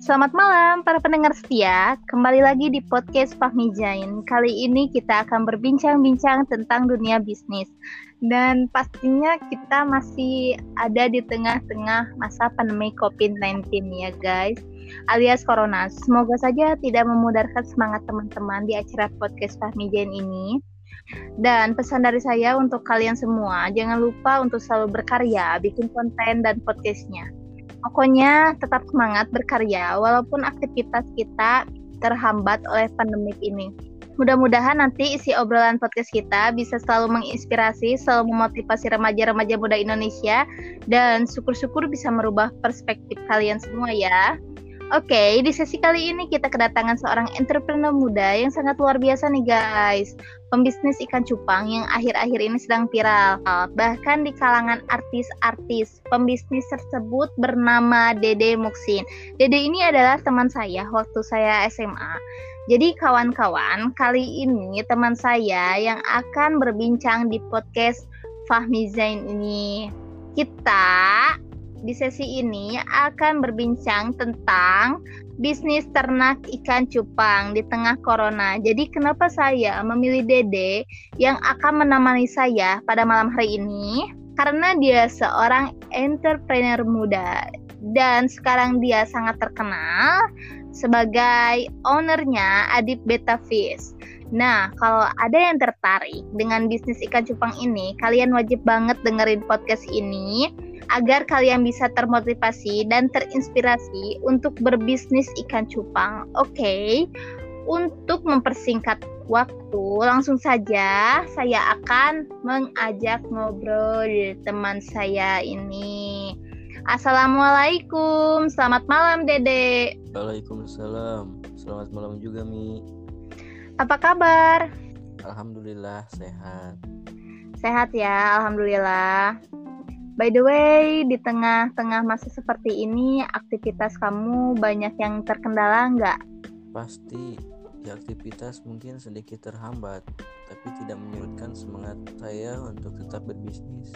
Selamat malam para pendengar setia, kembali lagi di podcast Fahmi Jain. Kali ini kita akan berbincang-bincang tentang dunia bisnis. Dan pastinya kita masih ada di tengah-tengah masa pandemi COVID-19 ya guys, alias Corona. Semoga saja tidak memudarkan semangat teman-teman di acara podcast Fahmi Jain ini. Dan pesan dari saya untuk kalian semua, jangan lupa untuk selalu berkarya, bikin konten dan podcastnya. Pokoknya tetap semangat berkarya walaupun aktivitas kita terhambat oleh pandemik ini. Mudah-mudahan nanti isi obrolan podcast kita bisa selalu menginspirasi, selalu memotivasi remaja-remaja muda Indonesia, dan syukur-syukur bisa merubah perspektif kalian semua ya. Oke, di sesi kali ini kita kedatangan seorang entrepreneur muda yang sangat luar biasa nih guys. Pembisnis ikan cupang yang akhir-akhir ini sedang viral. Bahkan di kalangan artis-artis, pembisnis tersebut bernama Dede Muksin. Dede ini adalah teman saya waktu saya SMA. Jadi kawan-kawan, kali ini teman saya yang akan berbincang di podcast Fahmi Zain ini. Kita di sesi ini akan berbincang tentang bisnis ternak ikan cupang di tengah corona. Jadi kenapa saya memilih Dede yang akan menemani saya pada malam hari ini? Karena dia seorang entrepreneur muda dan sekarang dia sangat terkenal sebagai ownernya Adib Betta Fish. Nah, kalau ada yang tertarik dengan bisnis ikan cupang ini, kalian wajib banget dengerin podcast ini agar kalian bisa termotivasi dan terinspirasi untuk berbisnis ikan cupang. Oke, untuk mempersingkat waktu, langsung saja saya akan mengajak ngobrol teman saya ini. Assalamualaikum, selamat malam Dede. Waalaikumsalam, selamat malam juga Mi. Apa kabar? Alhamdulillah sehat. Sehat ya, alhamdulillah. By the way, di tengah-tengah masa seperti ini, aktivitas kamu banyak yang terkendala nggak? Pasti, aktivitas mungkin sedikit terhambat, tapi tidak menyurutkan semangat saya untuk tetap berbisnis.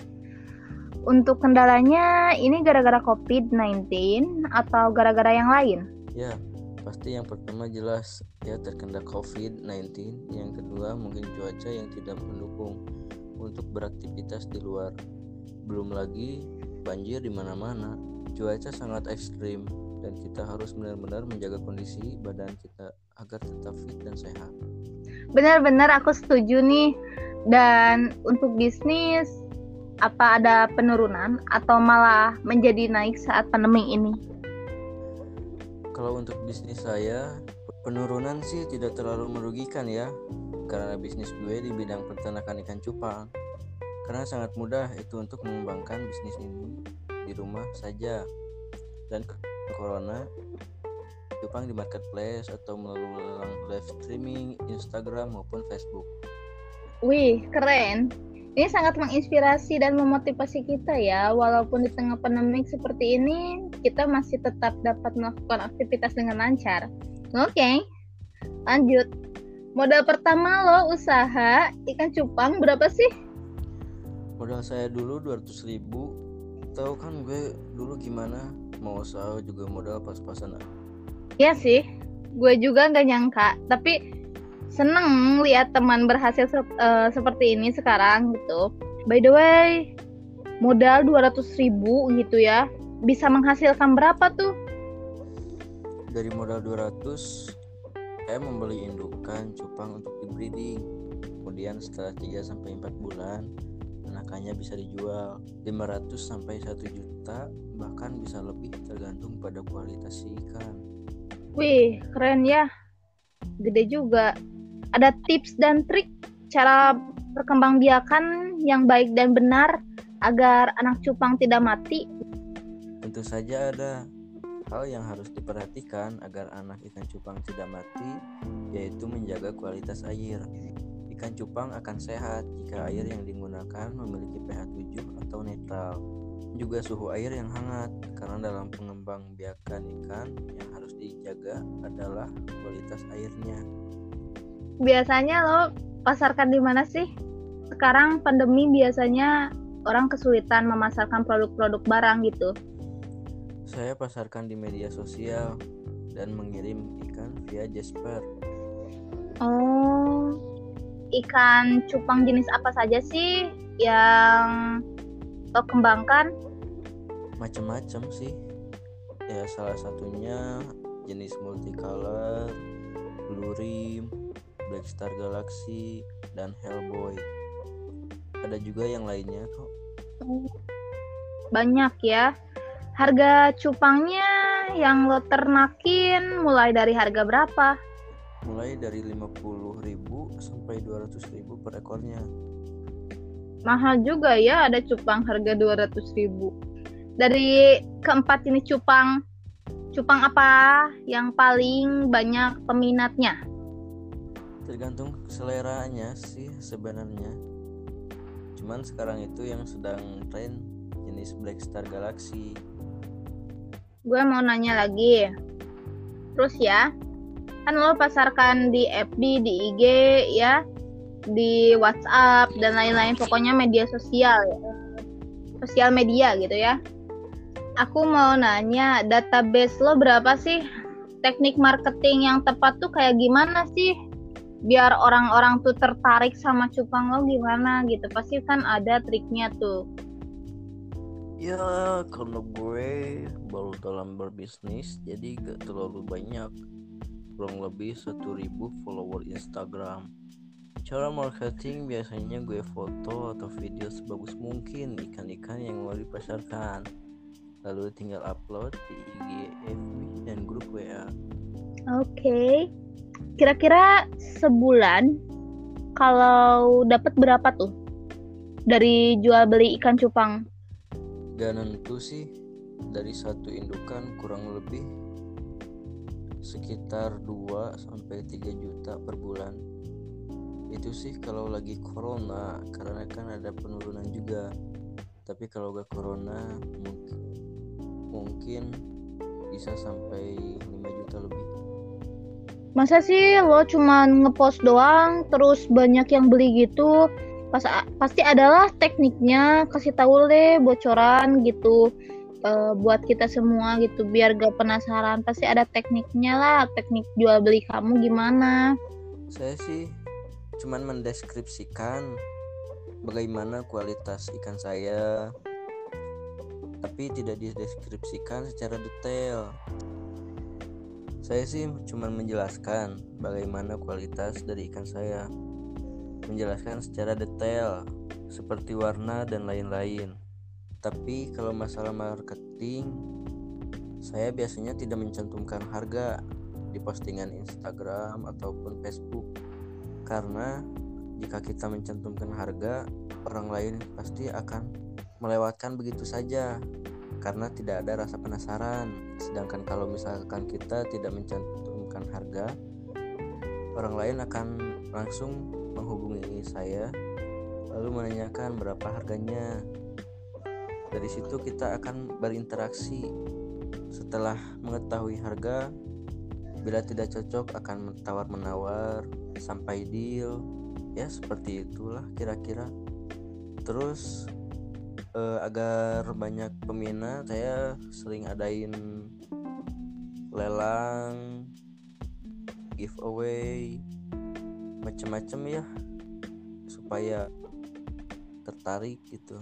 Untuk kendalanya, ini gara-gara COVID-19 atau gara-gara yang lain? Ya, pasti yang pertama jelas ya terkena COVID-19, yang kedua mungkin cuaca yang tidak mendukung untuk beraktivitas di luar. Belum lagi banjir di mana-mana, cuaca sangat ekstrim dan kita harus benar-benar menjaga kondisi badan kita agar tetap fit dan sehat. Benar-benar aku setuju nih. Dan untuk bisnis, apa ada penurunan atau malah menjadi naik saat pandemi ini? Kalau untuk bisnis saya, penurunan sih tidak terlalu merugikan ya, karena bisnis gue di bidang peternakan ikan cupang. Karena sangat mudah itu untuk mengembangkan bisnis ini di rumah saja. Dan corona, cupang di marketplace atau melalui live streaming Instagram maupun Facebook. Wih, keren. Ini sangat menginspirasi dan memotivasi kita ya. Walaupun di tengah pandemi seperti ini, kita masih tetap dapat melakukan aktivitas dengan lancar. Oke, lanjut. Modal pertama lo usaha ikan cupang berapa sih? Modal saya dulu 200.000. Tahu kan gue dulu gimana, mau usaha juga modal pas-pasan. Ya sih, gue juga gak nyangka. Tapi seneng lihat teman berhasil seperti ini sekarang gitu. By the way, modal 200.000 gitu ya, bisa menghasilkan berapa tuh? Dari modal 200, saya membeli indukan cupang untuk di breeding. Kemudian setelah 3-4 bulan, anakannya bisa dijual 500 sampai 1 juta, bahkan bisa lebih tergantung pada kualitas si ikan. Wih, keren ya. Gede juga. Ada tips dan trik cara perkembangbiakan yang baik dan benar agar anak cupang tidak mati? Tentu saja ada hal yang harus diperhatikan agar anak ikan cupang tidak mati, yaitu menjaga kualitas air. Ikan cupang akan sehat jika air yang digunakan memiliki pH 7 atau netral. Juga suhu air yang hangat, karena dalam pengembangbiakan ikan yang harus dijaga adalah kualitas airnya. Biasanya lo pasarkan di mana sih? Sekarang pandemi biasanya orang kesulitan memasarkan produk-produk barang gitu. Saya pasarkan di media sosial, dan mengirim ikan via Jasper. Oh, ikan cupang jenis apa saja sih yang lo kembangkan? Macam-macam sih. Ya salah satunya jenis multicolor, blue rim, black star galaxy, dan hellboy. Ada juga yang lainnya kok. Banyak ya. Harga cupangnya yang lo ternakin mulai dari harga berapa? Mulai dari 50.000 sampai 200.000 per ekornya. Mahal juga ya, ada cupang harga 200.000. Dari keempat jenis cupang apa yang paling banyak peminatnya? Tergantung seleranya sih sebenarnya. Cuman sekarang itu yang sedang tren jenis Black Star Galaxy. Gue mau nanya lagi. Terus ya, kan lo pasarkan di FB, di IG ya, di WhatsApp dan lain-lain, pokoknya media sosial ya. Sosial media gitu ya. Aku mau nanya, database lo berapa sih? Teknik marketing yang tepat tuh kayak gimana sih? Biar orang-orang tuh tertarik sama cupang lo gimana gitu. Pasti kan ada triknya tuh. Ya karena gue baru dalam berbisnis, jadi gak terlalu banyak, kurang lebih 1.000 follower Instagram. Cara marketing biasanya gue foto atau video sebagus mungkin ikan-ikan yang mau dipasarkan, lalu tinggal upload di IG, FB, dan grup WA. Oke. Kira-kira sebulan kalau dapat berapa tuh dari jual beli ikan cupang? Gak nentu sih, dari satu indukan kurang lebih sekitar 2-3 juta per bulan. Itu sih kalau lagi corona, karena kan ada penurunan juga. Tapi kalau gak corona mungkin bisa sampai 5 juta lebih. Masa sih lo cuma ngepost doang terus banyak yang beli gitu? Pasti adalah tekniknya, kasih tahu deh bocoran gitu buat kita semua gitu biar gak penasaran. Pasti ada tekniknya lah, teknik jual beli kamu gimana? Saya sih cuman mendeskripsikan bagaimana kualitas ikan saya, tapi tidak dideskripsikan secara detail. Saya sih cuman menjelaskan bagaimana kualitas dari ikan saya, menjelaskan secara detail seperti warna dan lain-lain. Tapi kalau masalah marketing, saya biasanya tidak mencantumkan harga di postingan Instagram ataupun Facebook, karena jika kita mencantumkan harga, orang lain pasti akan melewatkan begitu saja karena tidak ada rasa penasaran. Sedangkan kalau misalkan kita tidak mencantumkan harga, orang lain akan langsung menghubungi saya lalu menanyakan berapa harganya. Dari situ kita akan berinteraksi. Setelah mengetahui harga, bila tidak cocok akan tawar-menawar sampai deal. Ya seperti itulah kira-kira. Terus agar banyak peminat, saya sering adain lelang, giveaway, macam-macam ya, supaya tertarik gitu.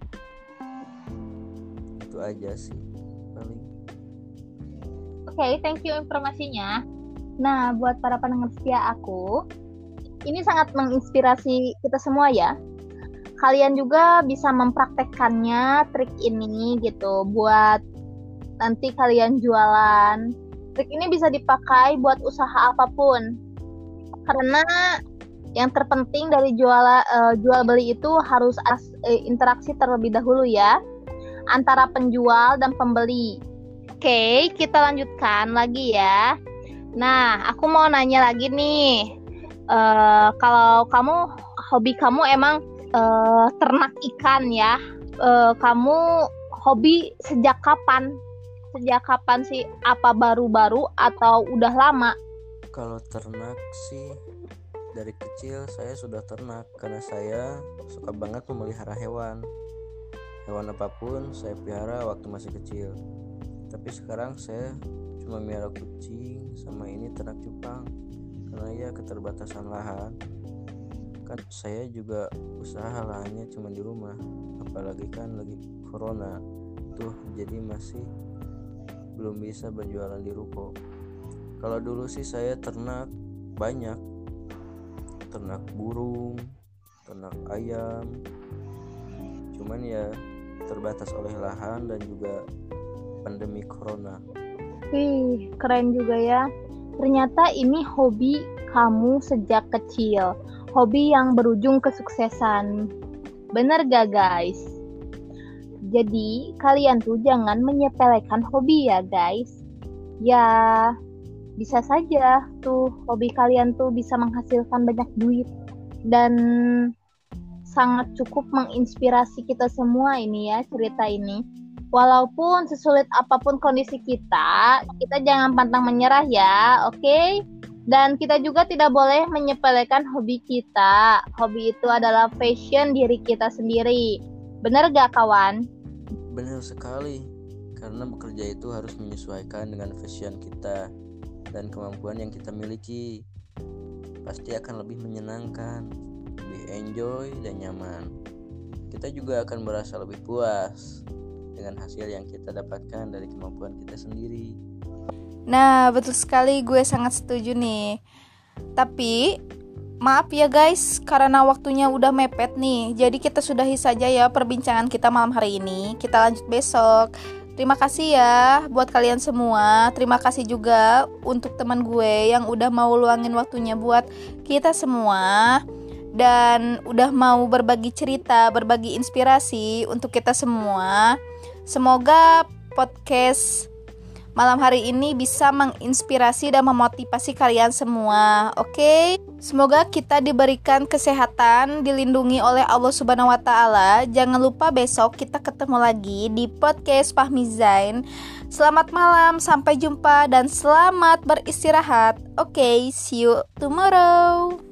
Itu aja sih paling. Oke, thank you informasinya. Nah, buat para pendengar setia aku, ini sangat menginspirasi kita semua ya. Kalian juga bisa mempraktekkannya trik ini gitu buat nanti kalian jualan. Trik ini bisa dipakai buat usaha apapun. Karena yang terpenting dari jual beli itu harus interaksi terlebih dahulu ya antara penjual dan pembeli. Oke, kita lanjutkan lagi ya. Nah, aku mau nanya lagi nih. Kalau hobi kamu emang ternak ikan ya. Kamu hobi sejak kapan? Sejak kapan sih? Apa baru-baru atau udah lama? Kalau ternak sih dari kecil saya sudah ternak, karena saya suka banget memelihara hewan. Hewan apapun saya pelihara waktu masih kecil. Tapi sekarang saya cuma miara kucing sama ini ternak cupang, karena ya keterbatasan lahan. Kan saya juga usaha lahannya cuma di rumah, apalagi kan lagi corona tuh, jadi masih belum bisa berjualan di ruko. Kalau dulu sih saya ternak banyak, ternak burung, ternak ayam, cuman ya terbatas oleh lahan dan juga pandemi corona. Wih, keren juga ya. Ternyata ini hobi kamu sejak kecil. Hobi yang berujung kesuksesan. Bener gak guys? Jadi kalian tuh jangan menyepelekan hobi ya guys. Ya bisa saja tuh hobi kalian tuh bisa menghasilkan banyak duit. Dan sangat cukup menginspirasi kita semua ini ya cerita ini. Walaupun sesulit apapun kondisi kita jangan pantang menyerah ya, oke? Dan kita juga tidak boleh menyepelekan hobi kita. Hobi itu adalah passion diri kita sendiri. Benar gak kawan? Benar sekali, karena bekerja itu harus menyesuaikan dengan passion kita dan kemampuan yang kita miliki. Pasti akan lebih menyenangkan, lebih enjoy dan nyaman. Kita juga akan merasa lebih puas dengan hasil yang kita dapatkan dari kemampuan kita sendiri. Nah, betul sekali, gue sangat setuju nih. Tapi maaf ya guys, karena waktunya udah mepet nih. Jadi kita sudahi saja ya perbincangan kita malam hari ini. Kita lanjut besok. Terima kasih ya buat kalian semua. Terima kasih juga untuk teman gue yang udah mau luangin waktunya buat kita semua, dan udah mau berbagi cerita, berbagi inspirasi untuk kita semua. Semoga podcast malam hari ini bisa menginspirasi dan memotivasi kalian semua. Oke? Semoga kita diberikan kesehatan, dilindungi oleh Allah Subhanahu wa Ta'ala. Jangan lupa besok kita ketemu lagi di podcast Fahmi Zain. Selamat malam, sampai jumpa dan selamat beristirahat. Oke, see you tomorrow.